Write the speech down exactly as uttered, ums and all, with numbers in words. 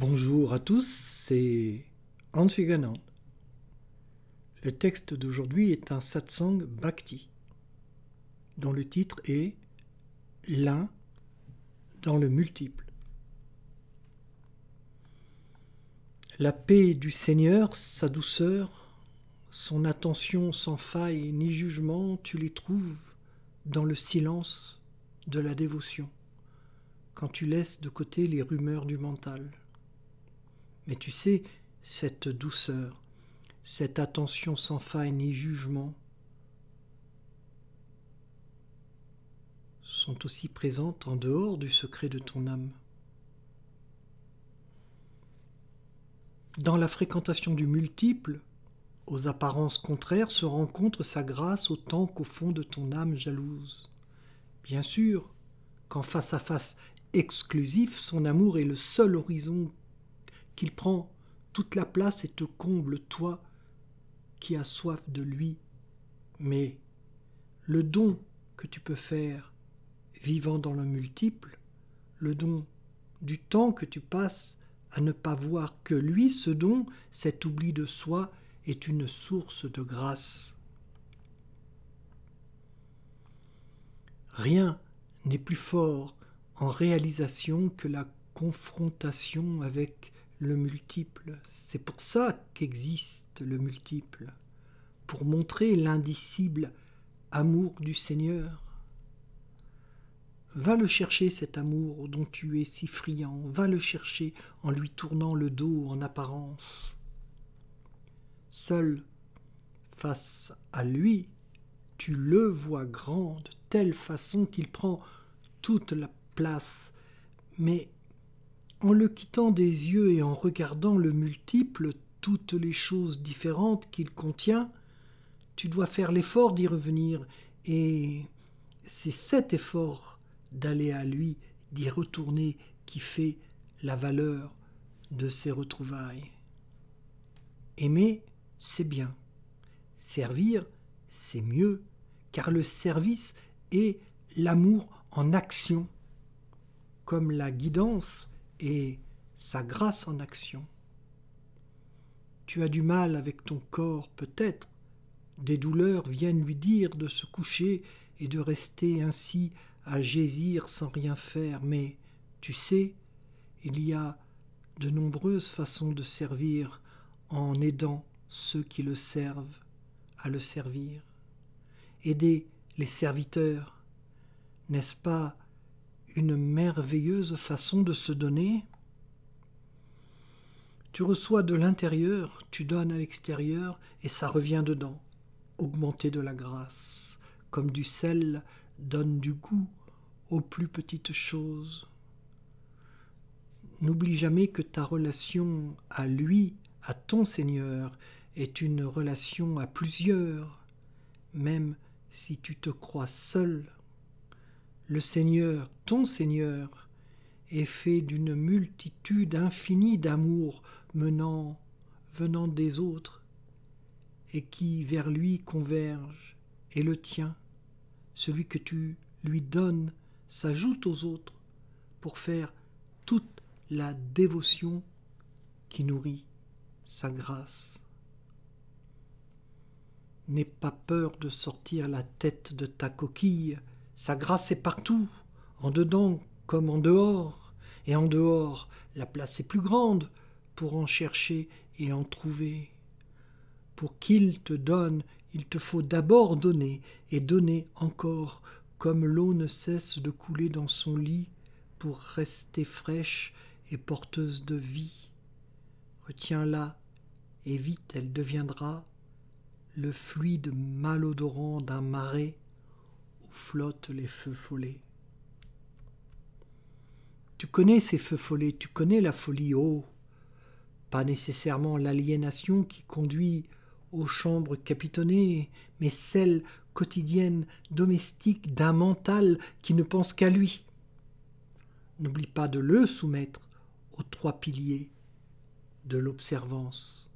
Bonjour à tous, c'est Hans Viganand. Le texte d'aujourd'hui est un satsang bhakti, dont le titre est L'un dans le multiple. La paix du Seigneur, sa douceur, son attention sans faille ni jugement, tu les trouves dans le silence de la dévotion, quand tu laisses de côté les rumeurs du mental. Mais tu sais, cette douceur, cette attention sans faille ni jugement sont aussi présentes en dehors du secret de ton âme. Dans la fréquentation du multiple, aux apparences contraires se rencontre sa grâce autant qu'au fond de ton âme jalouse. Bien sûr, qu'en face à face exclusif, son amour est le seul horizon qu'il prend toute la place et te comble, toi qui as soif de lui. Mais le don que tu peux faire, vivant dans le multiple, le don du temps que tu passes à ne pas voir que lui, ce don, cet oubli de soi, est une source de grâce. Rien n'est plus fort en réalisation que la confrontation avec le multiple. C'est pour ça qu'existe le multiple, pour montrer l'indicible amour du Seigneur. Va le chercher, cet amour dont tu es si friand, va le chercher en lui tournant le dos en apparence. Seul face à lui, tu le vois grand de telle façon qu'il prend toute la place, mais en le quittant des yeux et en regardant le multiple, toutes les choses différentes qu'il contient, tu dois faire l'effort d'y revenir, et c'est cet effort d'aller à lui, d'y retourner, qui fait la valeur de ces retrouvailles. Aimer, c'est bien. Servir, c'est mieux, car le service est l'amour en action, comme la guidance est sa grâce en action. Tu as du mal avec ton corps, peut-être. Des douleurs viennent lui dire de se coucher et de rester ainsi à gésir sans rien faire, mais tu sais, il y a de nombreuses façons de servir en aidant ceux qui le servent à le servir. Aider les serviteurs, n'est-ce pas une merveilleuse façon de se donner ? Tu reçois de l'intérieur, tu donnes à l'extérieur, et ça revient dedans, augmenter de la grâce, comme du sel donne du goût aux plus petites choses. N'oublie jamais que ta relation à lui, à ton Seigneur, est une relation à plusieurs, même si tu te crois seul. Le Seigneur, ton Seigneur, est fait d'une multitude infinie d'amour menant, venant des autres, et qui vers lui converge, et le tien, celui que tu lui donnes, s'ajoute aux autres pour faire toute la dévotion qui nourrit sa grâce. N'aie pas peur de sortir la tête de ta coquille, sa grâce est partout, en dedans comme en dehors, et en dehors la place est plus grande pour en chercher et en trouver. Pour qu'il te donne, il te faut d'abord donner, et donner encore, comme l'eau ne cesse de couler dans son lit pour rester fraîche et porteuse de vie. Retiens-la, et vite elle deviendra le fluide malodorant d'un marais où flottent les feux follets. Tu connais ces feux follets, tu connais la folie, oh, pas nécessairement l'aliénation qui conduit aux chambres capitonnées, mais celle quotidienne, domestique, d'un mental qui ne pense qu'à lui. N'oublie pas de le soumettre aux trois piliers de l'observance.